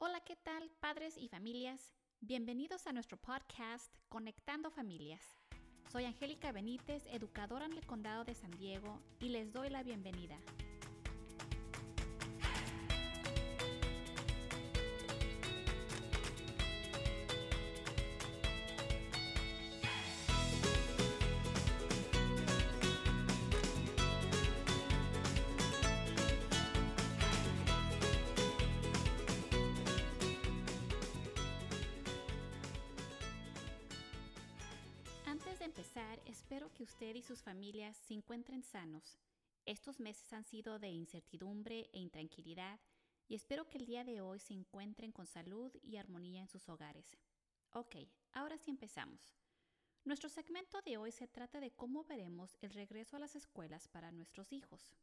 Hola, ¿qué tal, padres y familias? Bienvenidos a nuestro podcast Conectando Familias. Soy Angélica Benítez, educadora en el Condado de San Diego, y les doy la bienvenida. Antes de empezar, espero que usted y sus familias se encuentren sanos. Estos meses han sido de incertidumbre e intranquilidad y espero que el día de hoy se encuentren con salud y armonía en sus hogares. Ok, ahora sí empezamos. Nuestro segmento de hoy se trata de cómo veremos el regreso a las escuelas para nuestros hijos.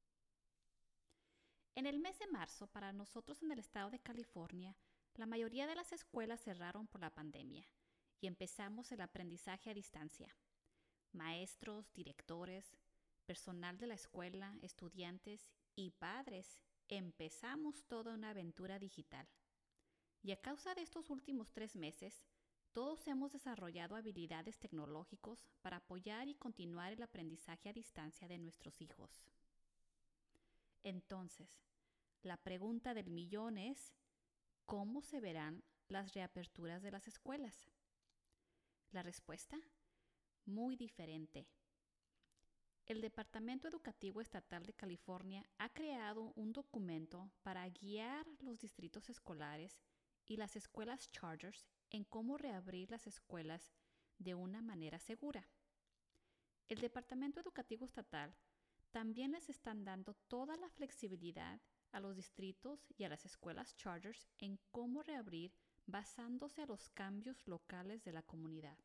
En el mes de marzo, para nosotros en el estado de California, la mayoría de las escuelas cerraron por la pandemia y empezamos el aprendizaje a distancia. Maestros, directores, personal de la escuela, estudiantes y padres empezamos toda una aventura digital. Y a causa de estos últimos 3 meses, todos hemos desarrollado habilidades tecnológicas para apoyar y continuar el aprendizaje a distancia de nuestros hijos. Entonces, la pregunta del millón es, ¿cómo se verán las reaperturas de las escuelas? La respuesta, muy diferente. El Departamento Educativo Estatal de California ha creado un documento para guiar los distritos escolares y las escuelas charters en cómo reabrir las escuelas de una manera segura. El Departamento Educativo Estatal también les están dando toda la flexibilidad a los distritos y a las escuelas charters en cómo reabrir basándose a los cambios locales de la comunidad.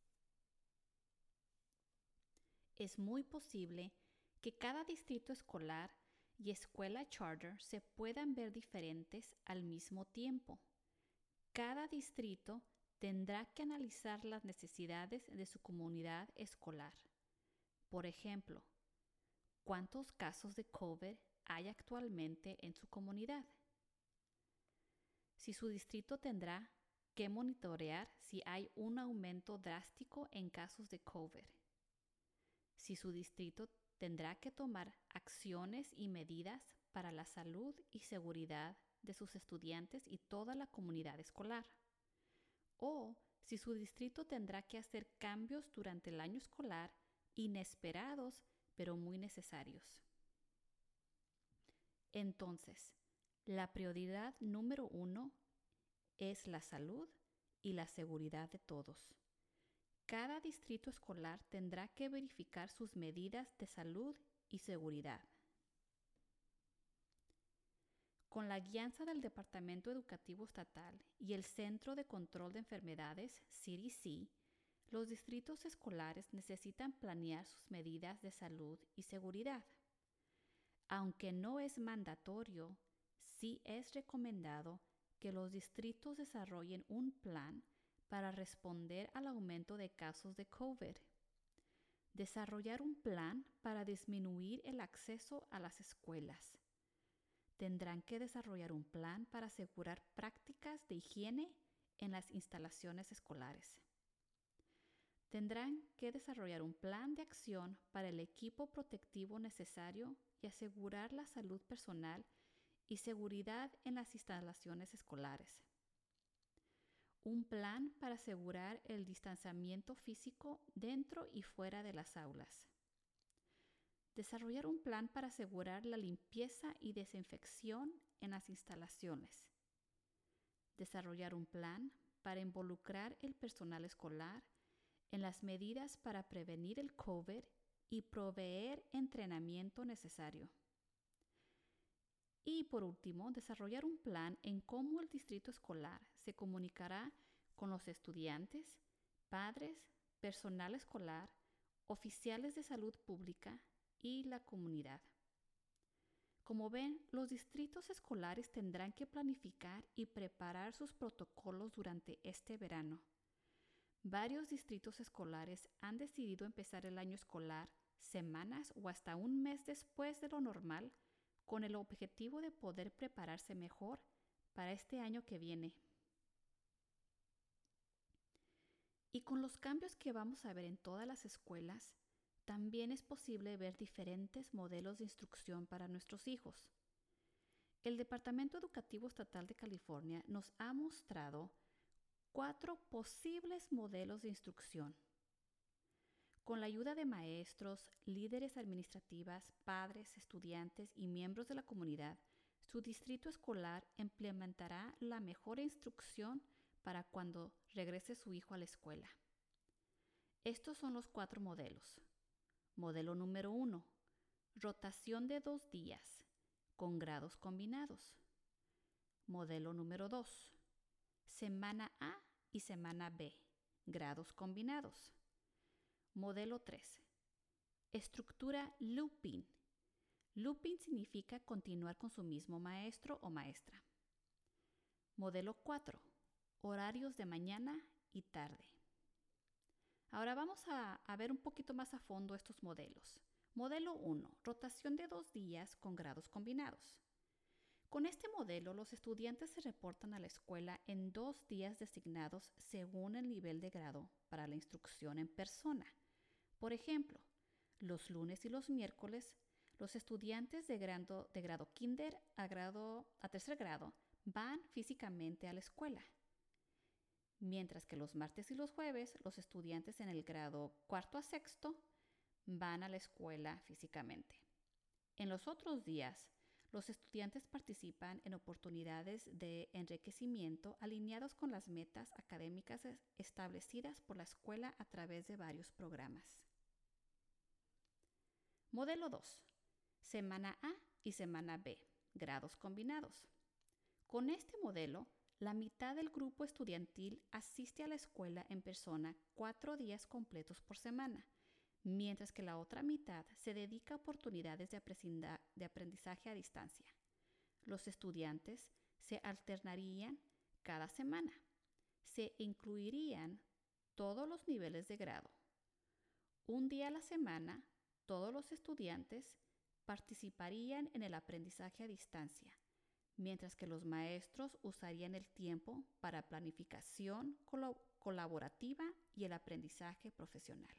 Es muy posible que cada distrito escolar y escuela charter se puedan ver diferentes al mismo tiempo. Cada distrito tendrá que analizar las necesidades de su comunidad escolar. Por ejemplo, ¿cuántos casos de COVID hay actualmente en su comunidad? Si su distrito tendrá que monitorear si hay un aumento drástico en casos de COVID. Si su distrito tendrá que tomar acciones y medidas para la salud y seguridad de sus estudiantes y toda la comunidad escolar. O si su distrito tendrá que hacer cambios durante el año escolar inesperados pero muy necesarios. Entonces, la prioridad número 1 es la salud y la seguridad de todos. Cada distrito escolar tendrá que verificar sus medidas de salud y seguridad. Con la guianza del Departamento Educativo Estatal y el Centro de Control de Enfermedades, CDC, los distritos escolares necesitan planear sus medidas de salud y seguridad. Aunque no es mandatorio, sí es recomendado que los distritos desarrollen un plan para responder al aumento de casos de COVID. Desarrollar un plan para disminuir el acceso a las escuelas. Tendrán que desarrollar un plan para asegurar prácticas de higiene en las instalaciones escolares. Tendrán que desarrollar un plan de acción para el equipo protectivo necesario y asegurar la salud personal y seguridad en las instalaciones escolares. Un plan para asegurar el distanciamiento físico dentro y fuera de las aulas. Desarrollar un plan para asegurar la limpieza y desinfección en las instalaciones. Desarrollar un plan para involucrar el personal escolar en las medidas para prevenir el COVID y proveer entrenamiento necesario. Y por último, desarrollar un plan en cómo el distrito escolar se comunicará con los estudiantes, padres, personal escolar, oficiales de salud pública y la comunidad. Como ven, los distritos escolares tendrán que planificar y preparar sus protocolos durante este verano. Varios distritos escolares han decidido empezar el año escolar semanas o hasta un mes después de lo normal, con el objetivo de poder prepararse mejor para este año que viene. Y con los cambios que vamos a ver en todas las escuelas, también es posible ver diferentes modelos de instrucción para nuestros hijos. El Departamento Educativo Estatal de California nos ha mostrado 4 posibles modelos de instrucción. Con la ayuda de maestros, líderes administrativas, padres, estudiantes y miembros de la comunidad, su distrito escolar implementará la mejor instrucción para cuando regrese su hijo a la escuela. Estos son los 4 modelos. Modelo número 1. Rotación de 2 días, con grados combinados. Modelo número 2. Semana A y semana B, grados combinados. Modelo 3. Estructura looping. Looping significa continuar con su mismo maestro o maestra. Modelo 4. Horarios de mañana y tarde. Ahora vamos a ver un poquito más a fondo estos modelos. Modelo 1. Rotación de 2 días con grados combinados. Con este modelo, los estudiantes se reportan a la escuela en 2 días designados según el nivel de grado para la instrucción en persona. Por ejemplo, los lunes y los miércoles, los estudiantes de grado kinder a tercer grado van físicamente a la escuela, mientras que los martes y los jueves, los estudiantes en el grado cuarto a sexto van a la escuela físicamente. En los otros días, los estudiantes participan en oportunidades de enriquecimiento alineados con las metas académicas establecidas por la escuela a través de varios programas. Modelo 2. Semana A y semana B, grados combinados. Con este modelo, la mitad del grupo estudiantil asiste a la escuela en persona 4 días completos por semana, mientras que la otra mitad se dedica a oportunidades de aprendizaje a distancia. Los estudiantes se alternarían cada semana. Se incluirían todos los niveles de grado. Un día a la semana, todos los estudiantes participarían en el aprendizaje a distancia, mientras que los maestros usarían el tiempo para planificación colaborativa y el aprendizaje profesional.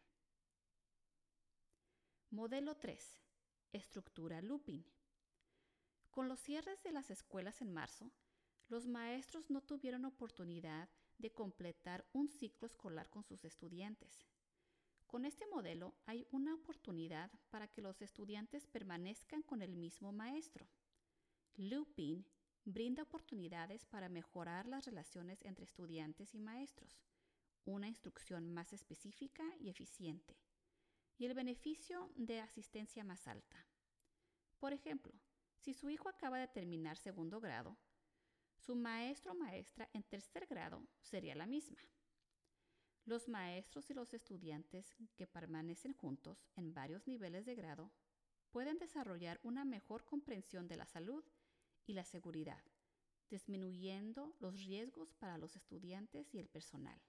Modelo 3. Estructura looping. Con los cierres de las escuelas en marzo, los maestros no tuvieron oportunidad de completar un ciclo escolar con sus estudiantes. Con este modelo hay una oportunidad para que los estudiantes permanezcan con el mismo maestro. Looping brinda oportunidades para mejorar las relaciones entre estudiantes y maestros, una instrucción más específica y eficiente, y el beneficio de asistencia más alta. Por ejemplo, si su hijo acaba de terminar segundo grado, su maestro o maestra en tercer grado sería la misma. Los maestros y los estudiantes que permanecen juntos en varios niveles de grado pueden desarrollar una mejor comprensión de la salud y la seguridad, disminuyendo los riesgos para los estudiantes y el personal.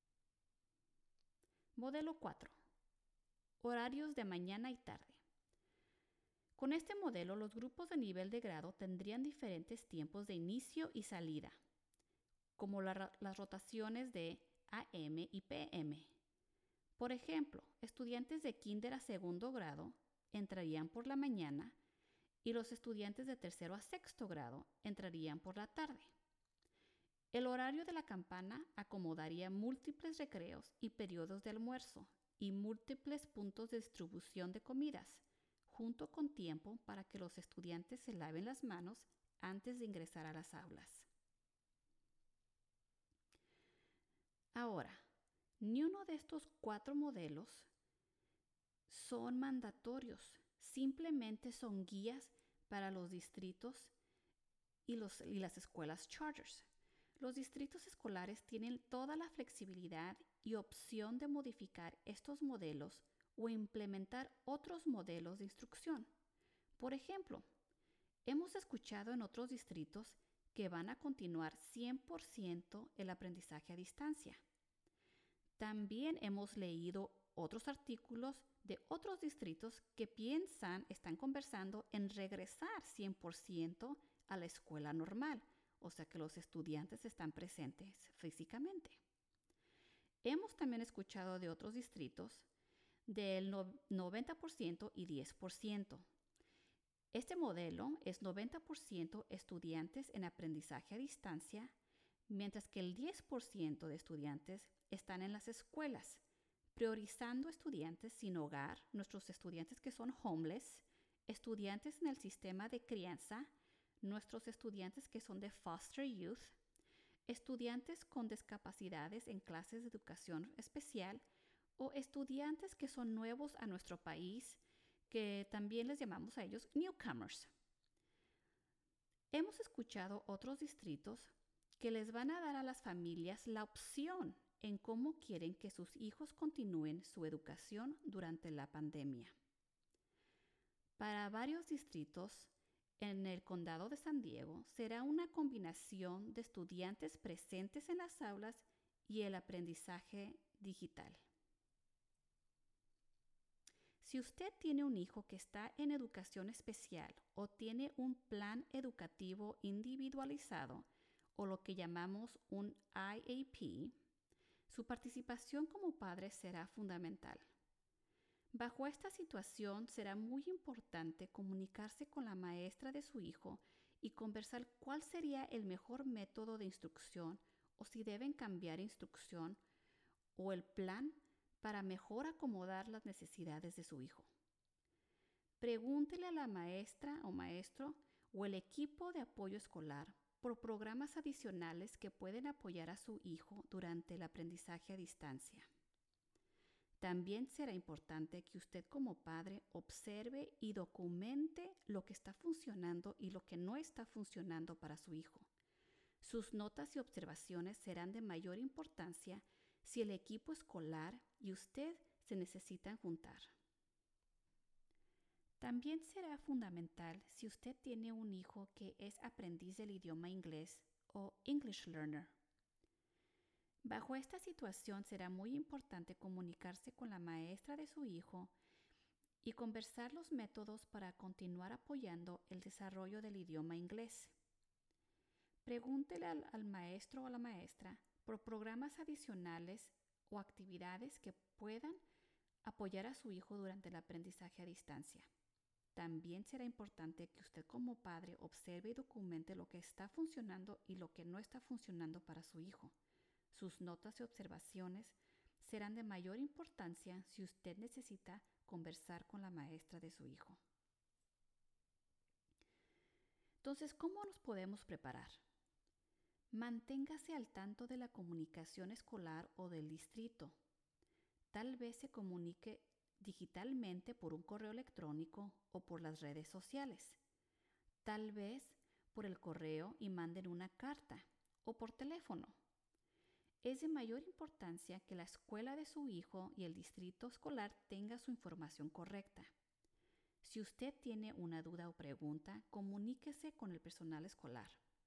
Modelo 4. Horarios de mañana y tarde. Con este modelo, los grupos de nivel de grado tendrían diferentes tiempos de inicio y salida, como las rotaciones de AM y PM. Por ejemplo, estudiantes de kinder a segundo grado entrarían por la mañana y los estudiantes de tercero a sexto grado entrarían por la tarde. El horario de la campana acomodaría múltiples recreos y periodos de almuerzo y múltiples puntos de distribución de comidas, junto con tiempo para que los estudiantes se laven las manos antes de ingresar a las aulas. Ahora, ni uno de estos 4 modelos son mandatorios, simplemente son guías para los distritos y las escuelas charters. Los distritos escolares tienen toda la flexibilidad y opción de modificar estos modelos o implementar otros modelos de instrucción. Por ejemplo, hemos escuchado en otros distritos que van a continuar 100% el aprendizaje a distancia. También hemos leído otros artículos de otros distritos que están conversando en regresar 100% a la escuela normal, o sea que los estudiantes están presentes físicamente. Hemos también escuchado de otros distritos del 90% y 10%. Este modelo es 90% estudiantes en aprendizaje a distancia, mientras que el 10% de estudiantes están en las escuelas, priorizando estudiantes sin hogar, nuestros estudiantes que son homeless, estudiantes en el sistema de crianza, nuestros estudiantes que son de foster youth, estudiantes con discapacidades en clases de educación especial o estudiantes que son nuevos a nuestro país, que también les llamamos a ellos newcomers. Hemos escuchado otros distritos que les van a dar a las familias la opción en cómo quieren que sus hijos continúen su educación durante la pandemia. Para varios distritos en el condado de San Diego será una combinación de estudiantes presentes en las aulas y el aprendizaje digital. Si usted tiene un hijo que está en educación especial o tiene un plan educativo individualizado o lo que llamamos un IAP, su participación como padre será fundamental. Bajo esta situación será muy importante comunicarse con la maestra de su hijo y conversar cuál sería el mejor método de instrucción o si deben cambiar instrucción o el plan para mejor acomodar las necesidades de su hijo. Pregúntele a la maestra o maestro o el equipo de apoyo escolar por programas adicionales que pueden apoyar a su hijo durante el aprendizaje a distancia. También será importante que usted como padre observe y documente lo que está funcionando y lo que no está funcionando para su hijo. Sus notas y observaciones serán de mayor importancia si el equipo escolar y usted se necesitan juntar. También será fundamental si usted tiene un hijo que es aprendiz del idioma inglés o English Learner. Bajo esta situación será muy importante comunicarse con la maestra de su hijo y conversar los métodos para continuar apoyando el desarrollo del idioma inglés. Pregúntele al maestro o a la maestra por programas adicionales o actividades que puedan apoyar a su hijo durante el aprendizaje a distancia. También será importante que usted como padre observe y documente lo que está funcionando y lo que no está funcionando para su hijo. Sus notas y observaciones serán de mayor importancia si usted necesita conversar con la maestra de su hijo. Entonces, ¿cómo nos podemos preparar? Manténgase al tanto de la comunicación escolar o del distrito. Tal vez se comunique digitalmente por un correo electrónico o por las redes sociales. Tal vez por el correo y manden una carta o por teléfono. Es de mayor importancia que la escuela de su hijo y el distrito escolar tenga su información correcta. Si usted tiene una duda o pregunta, comuníquese con el personal escolar.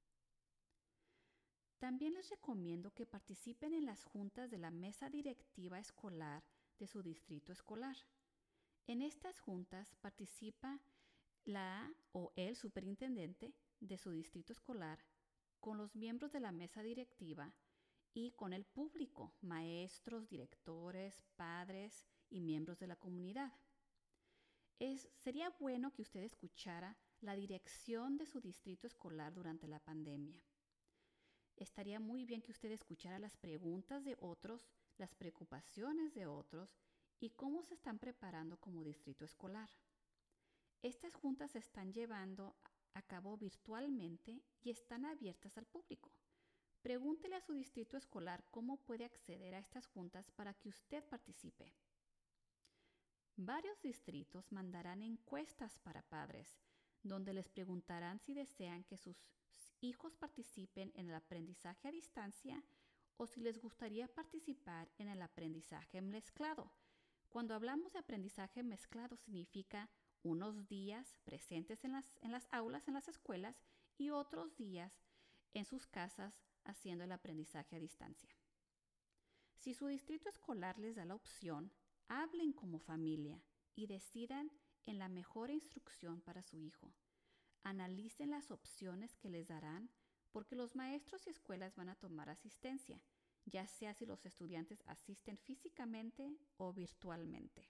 También les recomiendo que participen en las juntas de la mesa directiva escolar de su distrito escolar. En estas juntas participa la o el superintendente de su distrito escolar con los miembros de la mesa directiva y con el público, maestros, directores, padres y miembros de la comunidad. Sería bueno que usted escuchara la dirección de su distrito escolar durante la pandemia. Estaría muy bien que usted escuchara las preguntas de otros, las preocupaciones de otros y cómo se están preparando como distrito escolar. Estas juntas se están llevando a cabo virtualmente y están abiertas al público. Pregúntele a su distrito escolar cómo puede acceder a estas juntas para que usted participe. Varios distritos mandarán encuestas para padres, donde les preguntarán si desean que sus hijos participen en el aprendizaje a distancia o si les gustaría participar en el aprendizaje mezclado. Cuando hablamos de aprendizaje mezclado significa unos días presentes en las aulas, en las escuelas, y otros días en sus casas haciendo el aprendizaje a distancia. Si su distrito escolar les da la opción, hablen como familia y decidan en la mejor instrucción para su hijo. Analicen las opciones que les darán porque los maestros y escuelas van a tomar asistencia, ya sea si los estudiantes asisten físicamente o virtualmente.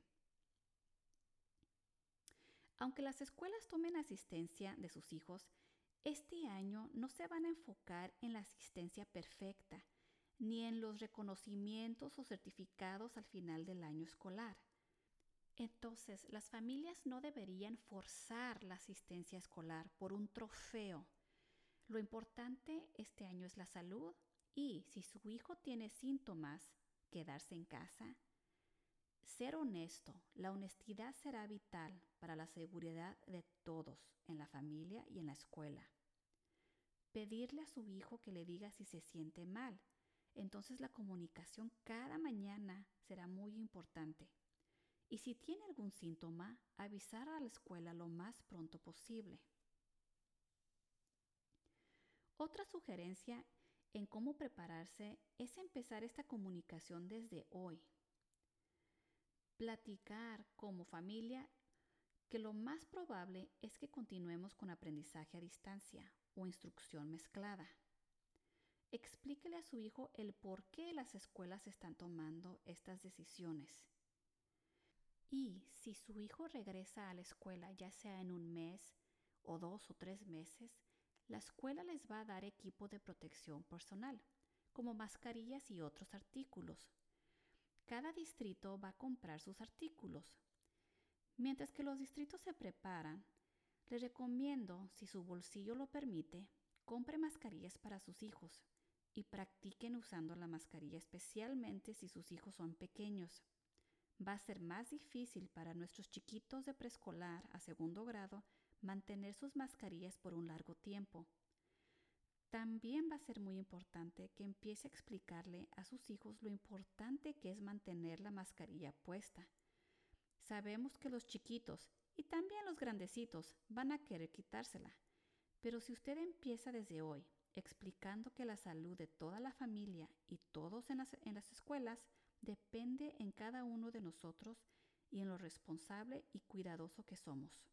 Aunque las escuelas tomen asistencia de sus hijos, este año no se van a enfocar en la asistencia perfecta, ni en los reconocimientos o certificados al final del año escolar. Entonces, las familias no deberían forzar la asistencia escolar por un trofeo. Lo importante este año es la salud y, si su hijo tiene síntomas, quedarse en casa. Ser honesto, la honestidad será vital para la seguridad de todos en la familia y en la escuela. Pedirle a su hijo que le diga si se siente mal. Entonces la comunicación cada mañana será muy importante. Y si tiene algún síntoma, avisar a la escuela lo más pronto posible. Otra sugerencia en cómo prepararse es empezar esta comunicación desde hoy. Platicar como familia que lo más probable es que continuemos con aprendizaje a distancia o instrucción mezclada. Explíquele a su hijo el por qué las escuelas están tomando estas decisiones. Y si su hijo regresa a la escuela, ya sea en un mes o 2 o 3 meses, la escuela les va a dar equipo de protección personal, como mascarillas y otros artículos. Cada distrito va a comprar sus artículos. Mientras que los distritos se preparan, les recomiendo, si su bolsillo lo permite, compre mascarillas para sus hijos y practiquen usando la mascarilla, especialmente si sus hijos son pequeños. Va a ser más difícil para nuestros chiquitos de preescolar a 2º grado mantener sus mascarillas por un largo tiempo. También va a ser muy importante que empiece a explicarle a sus hijos lo importante que es mantener la mascarilla puesta. Sabemos que los chiquitos y también los grandecitos van a querer quitársela, pero si usted empieza desde hoy explicando que la salud de toda la familia y todos en las escuelas depende en cada uno de nosotros y en lo responsable y cuidadoso que somos.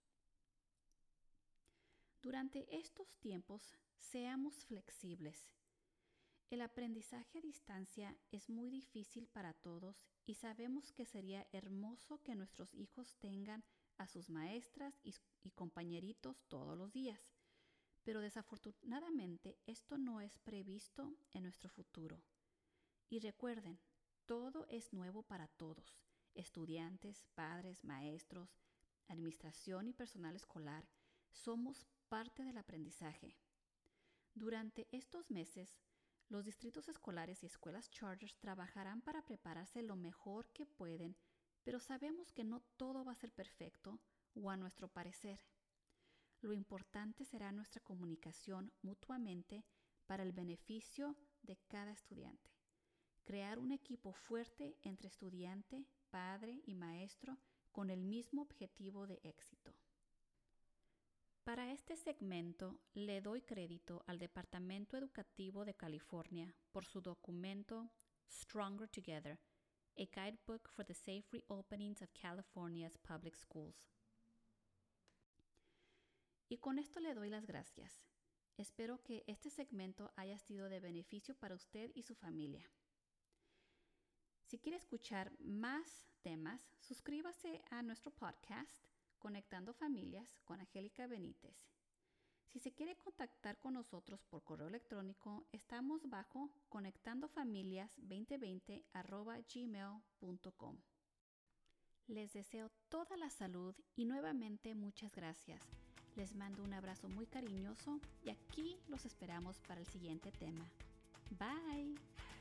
Durante estos tiempos, seamos flexibles. El aprendizaje a distancia es muy difícil para todos y sabemos que sería hermoso que nuestros hijos tengan a sus maestras y compañeritos todos los días, pero desafortunadamente esto no es previsto en nuestro futuro. Y recuerden, todo es nuevo para todos, estudiantes, padres, maestros, administración y personal escolar. Somos parte del aprendizaje. Durante estos meses, los distritos escolares y escuelas charters trabajarán para prepararse lo mejor que pueden, pero sabemos que no todo va a ser perfecto o a nuestro parecer. Lo importante será nuestra comunicación mutuamente para el beneficio de cada estudiante. Crear un equipo fuerte entre estudiante, padre y maestro con el mismo objetivo de éxito. Para este segmento le doy crédito al Departamento Educativo de California por su documento Stronger Together, a Guidebook for the Safe Reopenings of California's Public Schools. Y con esto le doy las gracias. Espero que este segmento haya sido de beneficio para usted y su familia. Si quiere escuchar más temas, suscríbase a nuestro podcast Conectando Familias con Angélica Benítez. Si se quiere contactar con nosotros por correo electrónico, estamos bajo conectandofamilias2020@gmail.com. Les deseo toda la salud y nuevamente muchas gracias. Les mando un abrazo muy cariñoso y aquí los esperamos para el siguiente tema. Bye.